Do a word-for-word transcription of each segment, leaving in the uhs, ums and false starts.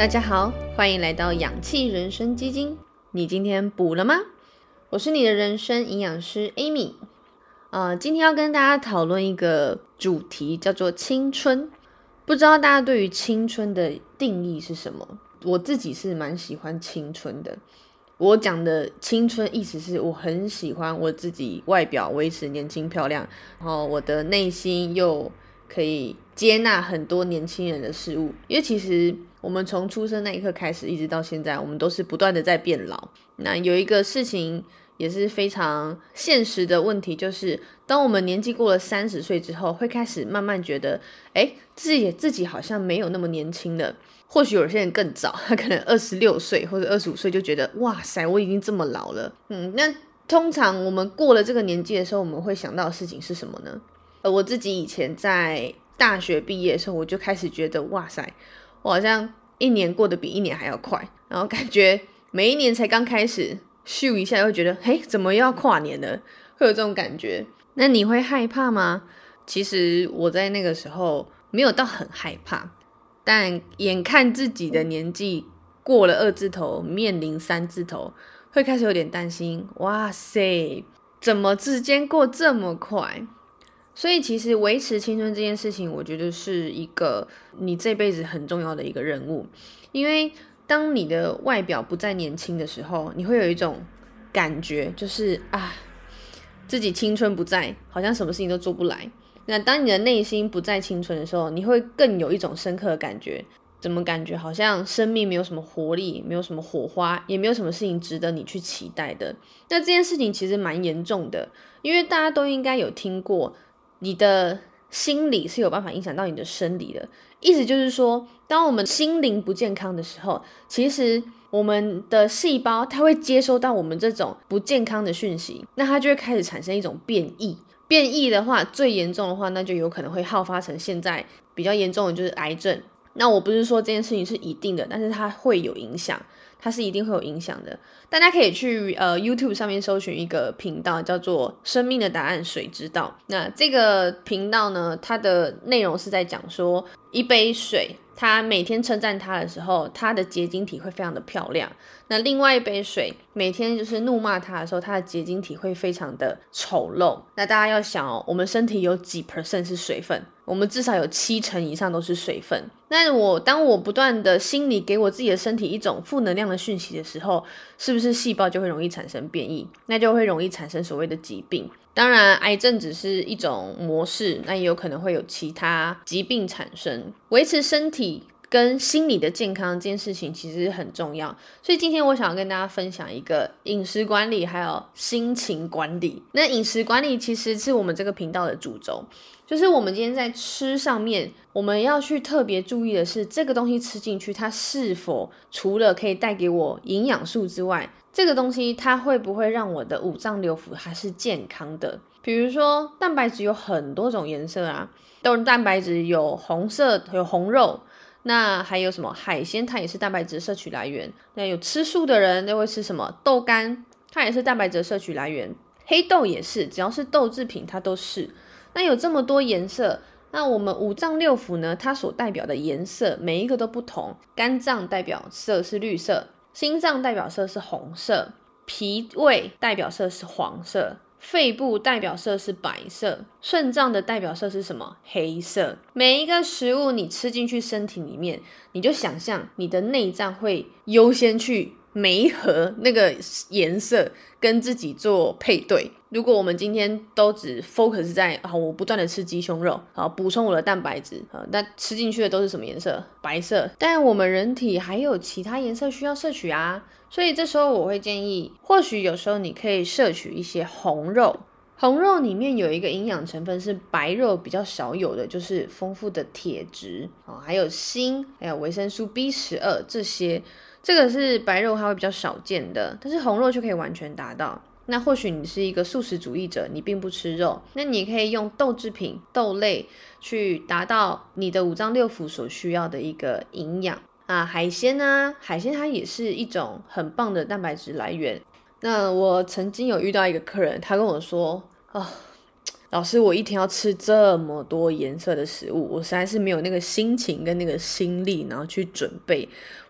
大家好，欢迎来到氧气人生基金。你今天补了吗？我是你的人生营养师 Amy。呃，今天要跟大家讨论一个主题，叫做青春。不知道大家对于青春的定义是什么？我自己是蛮喜欢青春的。我讲的青春意思是我很喜欢我自己外表维持年轻漂亮，然后我的内心又可以接纳很多年轻人的事物。因为其实我们从出生那一刻开始一直到现在，我们都是不断的在变老。那有一个事情也是非常现实的问题，就是当我们年纪过了三十岁之后，会开始慢慢觉得诶自己自己好像没有那么年轻了。或许有些人更早，他可能二十六岁或者二十五岁就觉得哇塞我已经这么老了。嗯，那通常我们过了这个年纪的时候，我们会想到的事情是什么呢？呃，我自己以前在大学毕业的时候，我就开始觉得哇塞我好像一年过得比一年还要快，然后感觉每一年才刚开始咻一下又会觉得嘿怎么又要跨年了，会有这种感觉。那你会害怕吗？其实我在那个时候没有到很害怕，但眼看自己的年纪过了二字头面临三字头，会开始有点担心，哇塞怎么时间过这么快。所以其实维持青春这件事情，我觉得是一个你这辈子很重要的一个任务。因为当你的外表不再年轻的时候，你会有一种感觉，就是啊，自己青春不在，好像什么事情都做不来。那当你的内心不再青春的时候，你会更有一种深刻的感觉，怎么感觉好像生命没有什么活力，没有什么火花，也没有什么事情值得你去期待的。那这件事情其实蛮严重的，因为大家都应该有听过你的心理是有办法影响到你的生理的。意思就是说，当我们心灵不健康的时候，其实我们的细胞它会接收到我们这种不健康的讯息，那它就会开始产生一种变异。变异的话，最严重的话，那就有可能会好发成现在比较严重的就是癌症。那我不是说这件事情是一定的，但是它会有影响，它是一定会有影响的。大家可以去呃 YouTube 上面搜寻一个频道，叫做生命的答案水知道。那这个频道呢，它的内容是在讲说，一杯水它每天称赞它的时候，它的结晶体会非常的漂亮。那另外一杯水每天就是怒骂它的时候，它的结晶体会非常的丑陋。那大家要想哦，我们身体有几 percent 是水分？我们至少有七成以上都是水分。那我当我不断的心里给我自己的身体一种负能量的讯息的时候，是不是细胞就会容易产生变异？那就会容易产生所谓的疾病。当然癌症只是一种模式，那也有可能会有其他疾病产生。维持身体跟心理的健康这件事情其实很重要，所以今天我想要跟大家分享一个饮食管理还有心情管理。那饮食管理其实是我们这个频道的主轴，就是我们今天在吃上面，我们要去特别注意的是，这个东西吃进去它是否除了可以带给我营养素之外，这个东西它会不会让我的五脏六腑还是健康的。比如说蛋白质有很多种颜色啊，豆蛋白质有红色有红肉，那还有什么海鲜，它也是蛋白质摄取来源。那有吃素的人都会吃什么豆干，它也是蛋白质摄取来源。黑豆也是，只要是豆制品它都是。那有这么多颜色，那我们五脏六腑呢，它所代表的颜色每一个都不同。肝脏代表色是绿色，心脏代表色是红色，脾胃代表色是黄色，肺部代表色是白色，肾脏的代表色是什么？黑色。每一个食物你吃进去身体里面，你就想象你的内脏会优先去媒合那个颜色跟自己做配对。如果我们今天都只 focus 在啊，我不断的吃鸡胸肉，好补充我的蛋白质，啊，那吃进去的都是什么颜色？白色。但我们人体还有其他颜色需要摄取啊，所以这时候我会建议，或许有时候你可以摄取一些红肉。红肉里面有一个营养成分是白肉比较少有的，就是丰富的铁质，还有锌，还有维生素 B 十二 这些，这个是白肉它会比较少见的，但是红肉就可以完全达到。那或许你是一个素食主义者，你并不吃肉，那你可以用豆制品豆类去达到你的五脏六腑所需要的一个营养啊。海鲜啊，海鲜它也是一种很棒的蛋白质来源。那我曾经有遇到一个客人，他跟我说哦，老师我一天要吃这么多颜色的食物，我实在是没有那个心情跟那个心力然后去准备，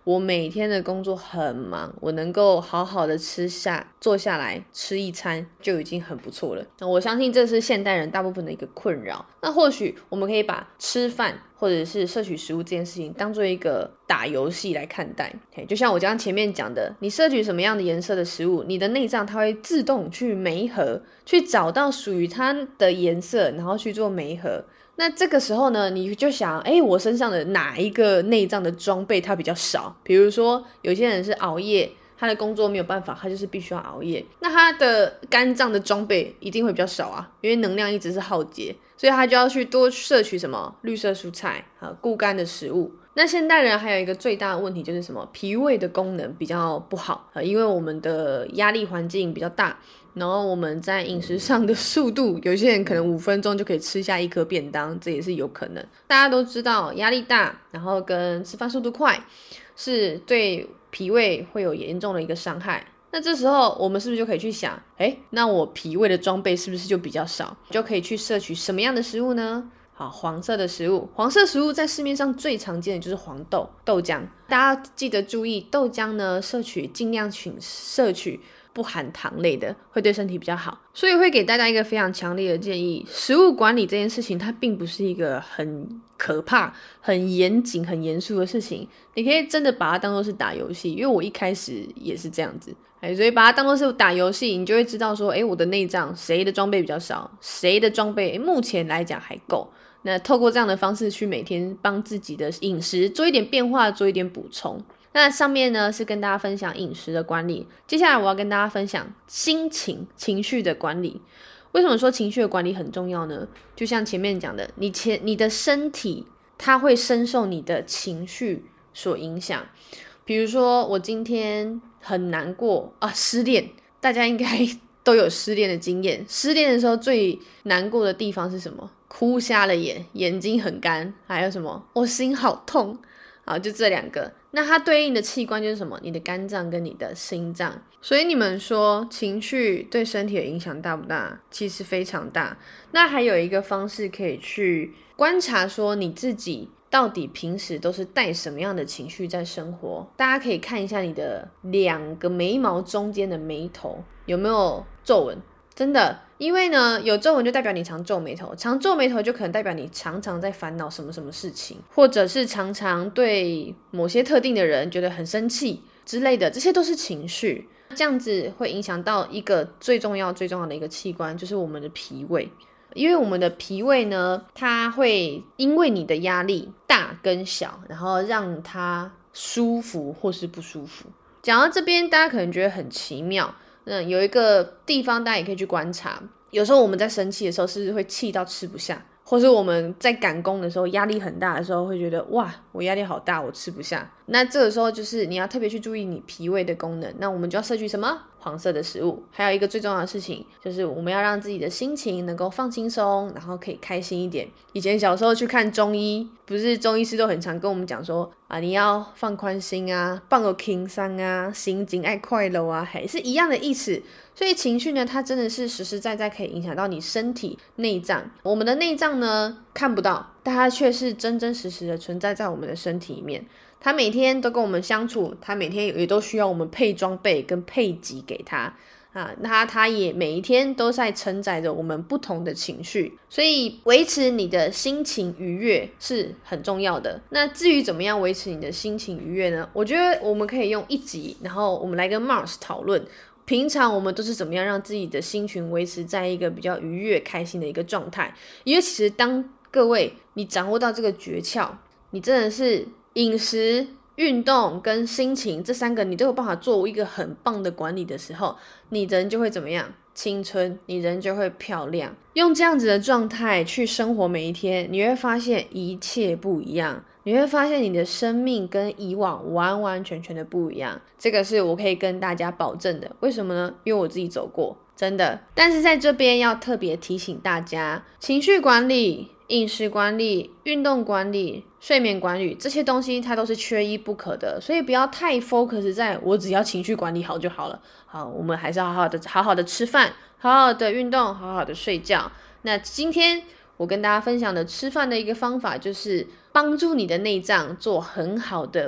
我每天的工作很忙，我能够好好的吃下坐下来吃一餐就已经很不错了。那我相信这是现代人大部分的一个困扰。那或许我们可以把吃饭或者是摄取食物这件事情当做一个打游戏来看待。就像我刚刚前面讲的，你摄取什么样的颜色的食物，你的内脏它会自动去媒合，去找到属于它的颜色，然后去做媒合。那这个时候呢，你就想，哎，我身上的哪一个内脏的装备它比较少？比如说有些人是熬夜，他的工作没有办法，他就是必须要熬夜，那他的肝脏的装备一定会比较少啊，因为能量一直是耗竭，所以他就要去多摄取什么绿色蔬菜啊，固肝的食物。那现代人还有一个最大的问题就是什么？脾胃的功能比较不好啊，因为我们的压力环境比较大，然后我们在饮食上的速度，有些人可能五分钟就可以吃下一颗便当，这也是有可能。大家都知道压力大，然后跟吃饭速度快是对脾胃会有严重的一个伤害。那这时候我们是不是就可以去想，诶，那我脾胃的装备是不是就比较少，就可以去摄取什么样的食物呢？好，黄色的食物，黄色食物在市面上最常见的就是黄豆、豆浆。大家记得注意，豆浆呢摄取尽量取摄取不含糖类的，会对身体比较好。所以会给大家一个非常强烈的建议，食物管理这件事情它并不是一个很可怕、很严谨、很严肃的事情，你可以真的把它当作是打游戏，因为我一开始也是这样子，所以把它当作是打游戏，你就会知道说，诶，我的内脏谁的装备比较少，谁的装备目前来讲还够。那透过这样的方式去每天帮自己的饮食做一点变化，做一点补充。那上面呢是跟大家分享饮食的管理，接下来我要跟大家分享心情情绪的管理。为什么说情绪的管理很重要呢？就像前面讲的，你前你的身体它会深受你的情绪所影响。比如说我今天很难过啊，失恋，大家应该都有失恋的经验。失恋的时候最难过的地方是什么？哭瞎了眼，眼睛很干，还有什么？我心好痛。好，就这两个。那它对应的器官就是什么？你的肝脏跟你的心脏。所以你们说情绪对身体的影响大不大？其实非常大。那还有一个方式可以去观察说你自己到底平时都是带什么样的情绪在生活。大家可以看一下你的两个眉毛中间的眉头有没有皱纹。真的，因为呢有皱纹就代表你常皱眉头，常皱眉头就可能代表你常常在烦恼什么什么事情，或者是常常对某些特定的人觉得很生气之类的，这些都是情绪。这样子会影响到一个最重要最重要的一个器官，就是我们的脾胃。因为我们的脾胃呢，它会因为你的压力大跟小，然后让它舒服或是不舒服。讲到这边，大家可能觉得很奇妙。嗯，有一个地方大家也可以去观察，有时候我们在生气的时候是不是会气到吃不下，或是我们在赶工的时候压力很大的时候会觉得哇，我压力好大，我吃不下。那这个时候就是你要特别去注意你脾胃的功能，那我们就要摄取什么黄色的食物。还有一个最重要的事情就是我们要让自己的心情能够放轻松，然后可以开心一点。以前小时候去看中医，不是中医师都很常跟我们讲说啊，你要放宽心啊，放个轻松啊，心情爱快乐啊，还是一样的意思。所以情绪呢，它真的是实实在在可以影响到你身体内脏。我们的内脏呢看不到，但它却是真真实实的存在在我们的身体里面。它每天都跟我们相处，它每天也都需要我们配装备跟配给给它啊，那它也每一天都在承载着我们不同的情绪，所以维持你的心情愉悦是很重要的。那至于怎么样维持你的心情愉悦呢？我觉得我们可以用一集，然后我们来跟 Mars 讨论，平常我们都是怎么样让自己的心情维持在一个比较愉悦开心的一个状态。因为其实当各位你掌握到这个诀窍，你真的是饮食、运动跟心情这三个你都有办法做一个很棒的管理的时候，你人就会怎么样？青春，你人就会漂亮。用这样子的状态去生活每一天，你会发现一切不一样，你会发现你的生命跟以往完完全全的不一样。这个是我可以跟大家保证的。为什么呢？因为我自己走过，真的。但是在这边要特别提醒大家，情绪管理、饮食管理、运动管理、睡眠管理，这些东西它都是缺一不可的，所以不要太 focus 在我只要情绪管理好就好了。好，我们还是好好的好好的吃饭，好好的运动，好好的睡觉。那今天我跟大家分享的吃饭的一个方法，就是帮助你的内脏做很好的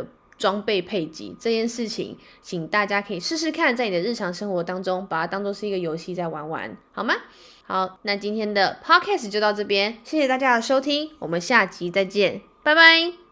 装备配给这件事情，请大家可以试试看，在你的日常生活当中把它当作是一个游戏在玩玩，好吗？好，那今天的 podcast 就到这边，谢谢大家的收听，我们下集再见，拜拜。